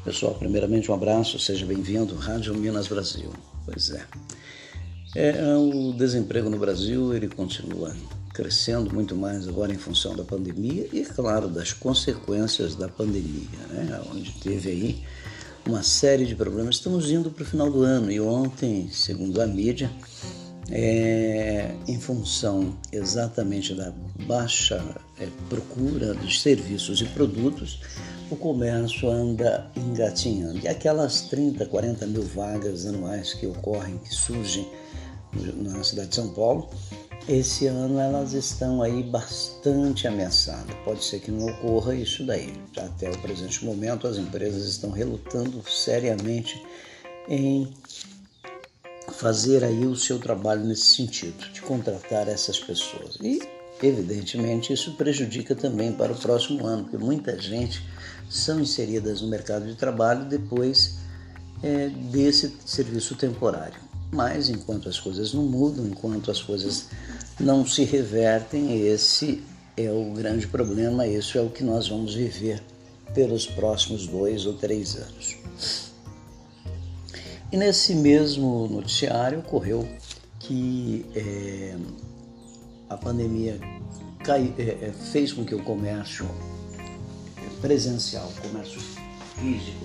Pessoal, primeiramente um abraço, seja bem-vindo, Rádio Minas Brasil. Pois é. O desemprego no Brasil, ele continua crescendo muito mais agora em função da pandemia e, claro, das consequências da pandemia, né? Onde teve aí uma série de problemas. Estamos indo para o final do ano e ontem, segundo a mídia, em função exatamente da baixa procura dos serviços e produtos, o comércio anda engatinhando. E aquelas 30, 40 mil vagas anuais que ocorrem, que surgem na cidade de São Paulo, esse ano elas estão aí bastante ameaçadas. Pode ser que não ocorra isso daí. Já até o presente momento as empresas estão relutando seriamente em fazer aí o seu trabalho nesse sentido, de contratar essas pessoas. E, evidentemente, isso prejudica também para o próximo ano, porque muita gente são inseridas no mercado de trabalho depois desse serviço temporário. Mas, enquanto as coisas não mudam, enquanto as coisas não se revertem, esse é o grande problema, isso é o que nós vamos viver pelos próximos 2 ou 3 anos. E nesse mesmo noticiário ocorreu que a pandemia fez com que o comércio presencial, o comércio físico,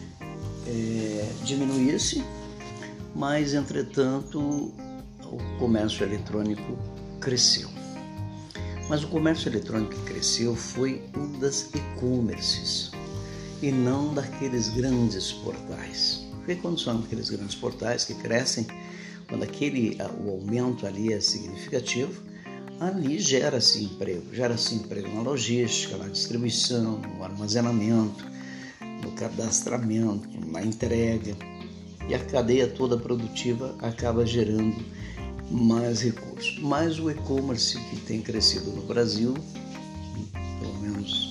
diminuísse, mas, entretanto, o comércio eletrônico cresceu. Mas o comércio eletrônico que cresceu foi um das e-commerces e não daqueles grandes portais. Porque quando são aqueles grandes portais que crescem, quando o aumento ali é significativo, ali gera-se emprego na logística, na distribuição, no armazenamento, no cadastramento, na entrega, e a cadeia toda produtiva acaba gerando mais recursos. Mas o e-commerce que tem crescido no Brasil, pelo menos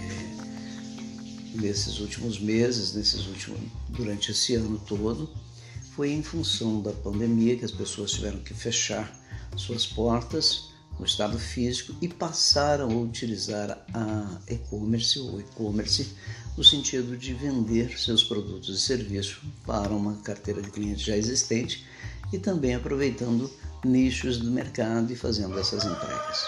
nesses últimos meses, durante esse ano todo, foi em função da pandemia que as pessoas tiveram que fechar suas portas no estado físico e passaram a utilizar o e-commerce no sentido de vender seus produtos e serviços para uma carteira de clientes já existente e também aproveitando nichos do mercado e fazendo essas entregas.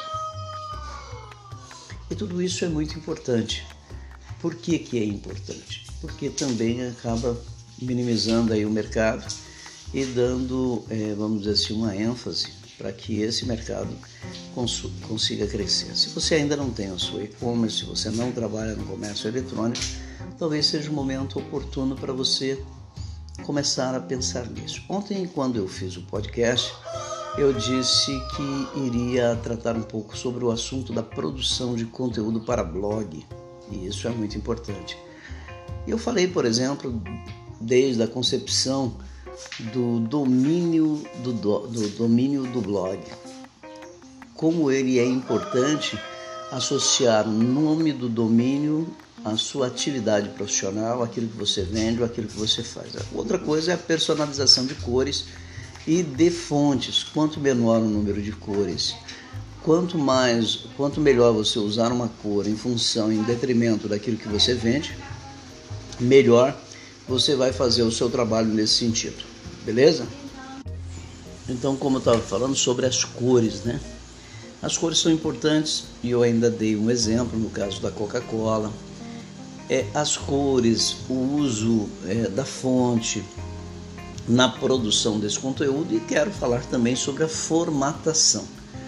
E tudo isso é muito importante. Por que é importante? Porque também acaba minimizando aí o mercado e dando, vamos dizer assim, uma ênfase para que esse mercado consiga crescer. Se você ainda não tem o seu e-commerce, se você não trabalha no comércio eletrônico, talvez seja um momento oportuno para você começar a pensar nisso. Ontem, quando eu fiz o podcast, eu disse que iria tratar um pouco sobre o assunto da produção de conteúdo para blog, e isso é muito importante. Eu falei, por exemplo, desde a concepção do domínio do blog, como ele é importante associar o nome do domínio à sua atividade profissional, aquilo que você vende ou aquilo que você faz. Outra coisa é a personalização de cores e de fontes. Quanto menor o número de cores, quanto melhor você usar uma cor em detrimento daquilo que você vende, melhor você vai fazer o seu trabalho nesse sentido, beleza? Então, como eu estava falando sobre as cores, né? As cores são importantes e eu ainda dei um exemplo no caso da Coca-Cola. As cores, o uso da fonte na produção desse conteúdo, e quero falar também sobre a formatação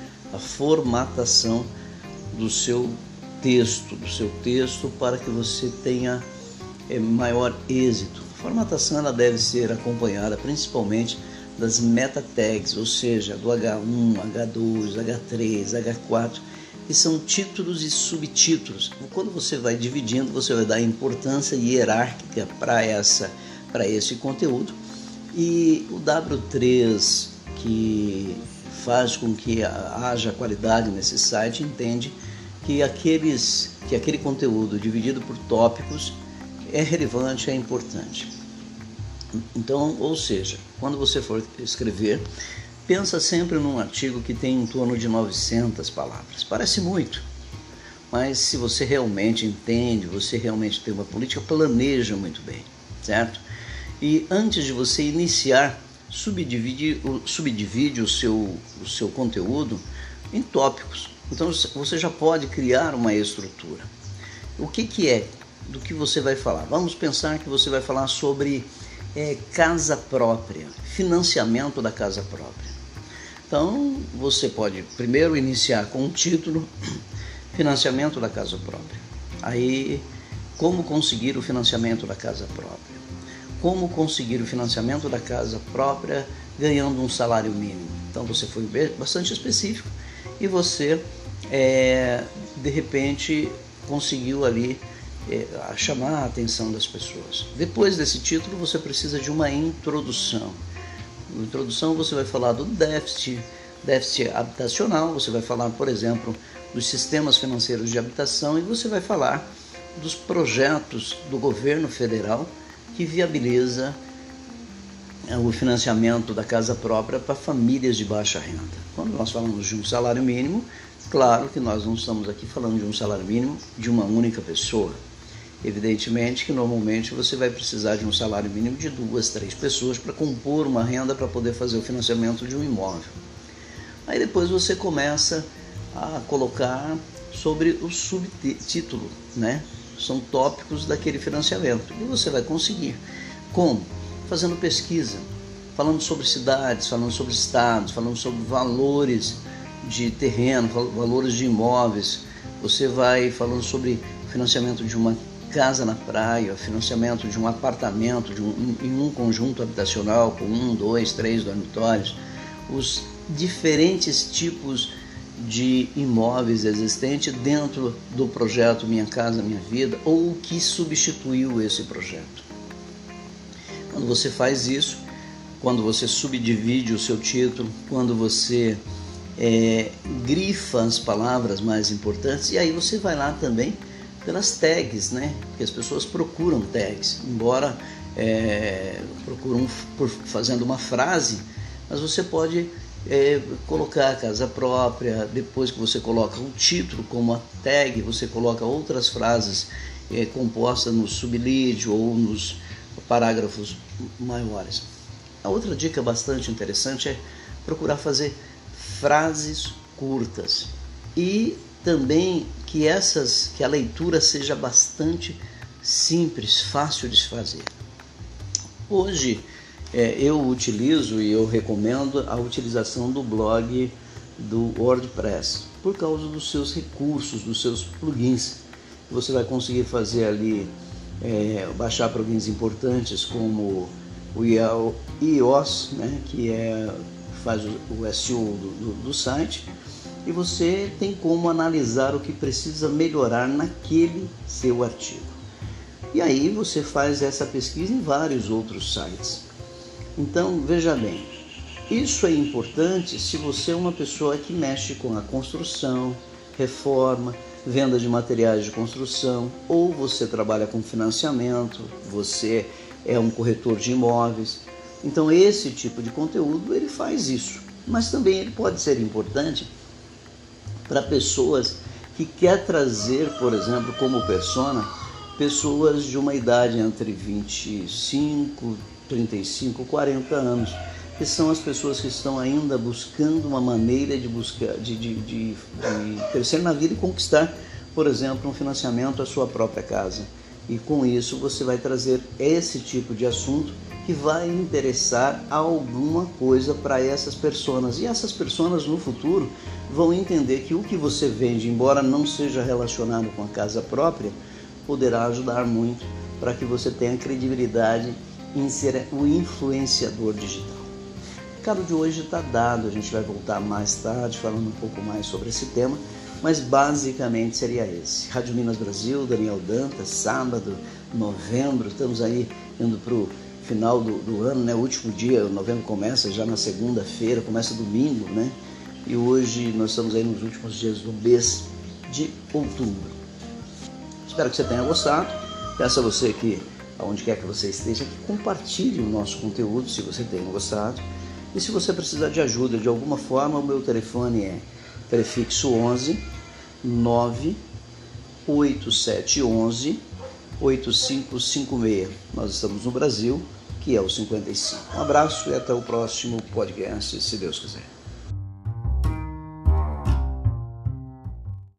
do seu texto para que você tenha maior êxito. A formatação ela deve ser acompanhada principalmente das meta tags, ou seja, do H1, H2, H3, H4, que são títulos e subtítulos. Quando você vai dividindo, você vai dar importância hierárquica para esse conteúdo. E o W3, que faz com que haja qualidade nesse site, entende que aquele conteúdo dividido por tópicos é relevante, é importante. Então, ou seja, quando você for escrever, pensa sempre num artigo que tem em torno de 900 palavras. Parece muito, mas se você realmente entende, você realmente tem uma política, planeja muito bem, certo? E antes de você iniciar, subdivide o seu conteúdo em tópicos. Então você já pode criar uma estrutura. O que é? Do que você vai falar? Vamos pensar que você vai falar sobre casa própria, financiamento da casa própria. Então você pode primeiro iniciar com o título financiamento da casa própria. Aí, como conseguir o financiamento da casa própria? Como conseguir o financiamento da casa própria ganhando um salário mínimo? Então você foi bastante específico e você, de repente, conseguiu ali chamar a atenção das pessoas. Depois desse título, você precisa de uma introdução. Na introdução, você vai falar do déficit habitacional, você vai falar, por exemplo, dos sistemas financeiros de habitação e você vai falar dos projetos do governo federal que viabiliza o financiamento da casa própria para famílias de baixa renda. Quando nós falamos de um salário mínimo, claro que nós não estamos aqui falando de um salário mínimo de uma única pessoa. Evidentemente que normalmente você vai precisar de um salário mínimo de 2, 3 pessoas para compor uma renda para poder fazer o financiamento de um imóvel. Aí depois você começa a colocar sobre o subtítulo, né? São tópicos daquele financiamento e você vai conseguir. Como? Fazendo pesquisa, falando sobre cidades, falando sobre estados, falando sobre valores de terreno, valores de imóveis. Você vai falando sobre financiamento de uma casa na praia, financiamento de um apartamento, em um conjunto habitacional com 1, 2, 3 dormitórios, os diferentes tipos de imóveis existentes dentro do projeto Minha Casa Minha Vida ou o que substituiu esse projeto. Quando você faz isso, quando você subdivide o seu título, quando você grifa as palavras mais importantes, e aí você vai lá também pelas tags, né? Porque as pessoas procuram tags, embora procuram fazendo uma frase, mas você pode colocar a casa própria. Depois que você coloca o título como a tag, você coloca outras frases compostas no sublídio ou nos parágrafos maiores. A outra dica bastante interessante é procurar fazer frases curtas e também que a leitura seja bastante simples, fácil de se fazer. Hoje eu utilizo e eu recomendo a utilização do blog do WordPress por causa dos seus recursos, dos seus plugins. Você vai conseguir fazer ali, baixar plugins importantes como o iOS, né, que faz o SEO do site, e você tem como analisar o que precisa melhorar naquele seu artigo. E aí você faz essa pesquisa em vários outros sites. Então, veja bem, isso é importante se você é uma pessoa que mexe com a construção, reforma, venda de materiais de construção, ou você trabalha com financiamento, você é um corretor de imóveis. Então, esse tipo de conteúdo, ele faz isso. Mas também ele pode ser importante para pessoas que quer trazer, por exemplo, como persona, pessoas de uma idade entre 25, 35, 40 anos, que são as pessoas que estão ainda buscando uma maneira de crescer na vida e conquistar, por exemplo, um financiamento à sua própria casa. E com isso você vai trazer esse tipo de assunto que vai interessar alguma coisa para essas pessoas. E essas pessoas no futuro vão entender que o que você vende, embora não seja relacionado com a casa própria, poderá ajudar muito para que você tenha credibilidade em ser o influenciador digital. O recado de hoje está dado, a gente vai voltar mais tarde falando um pouco mais sobre esse tema, mas basicamente seria esse. Rádio Minas Brasil, Daniel Dantas, sábado, novembro, estamos aí indo para o final do ano, né? O último dia, o novembro começa já na segunda-feira, começa domingo, né? E hoje nós estamos aí nos últimos dias do mês de outubro. Espero que você tenha gostado. Peço a você que, aonde quer que você esteja, que compartilhe o nosso conteúdo, se você tenha gostado. E se você precisar de ajuda de alguma forma, o meu telefone é prefixo 11 9 8711 8556. Nós estamos no Brasil, que é o 55. Um abraço e até o próximo podcast, se Deus quiser.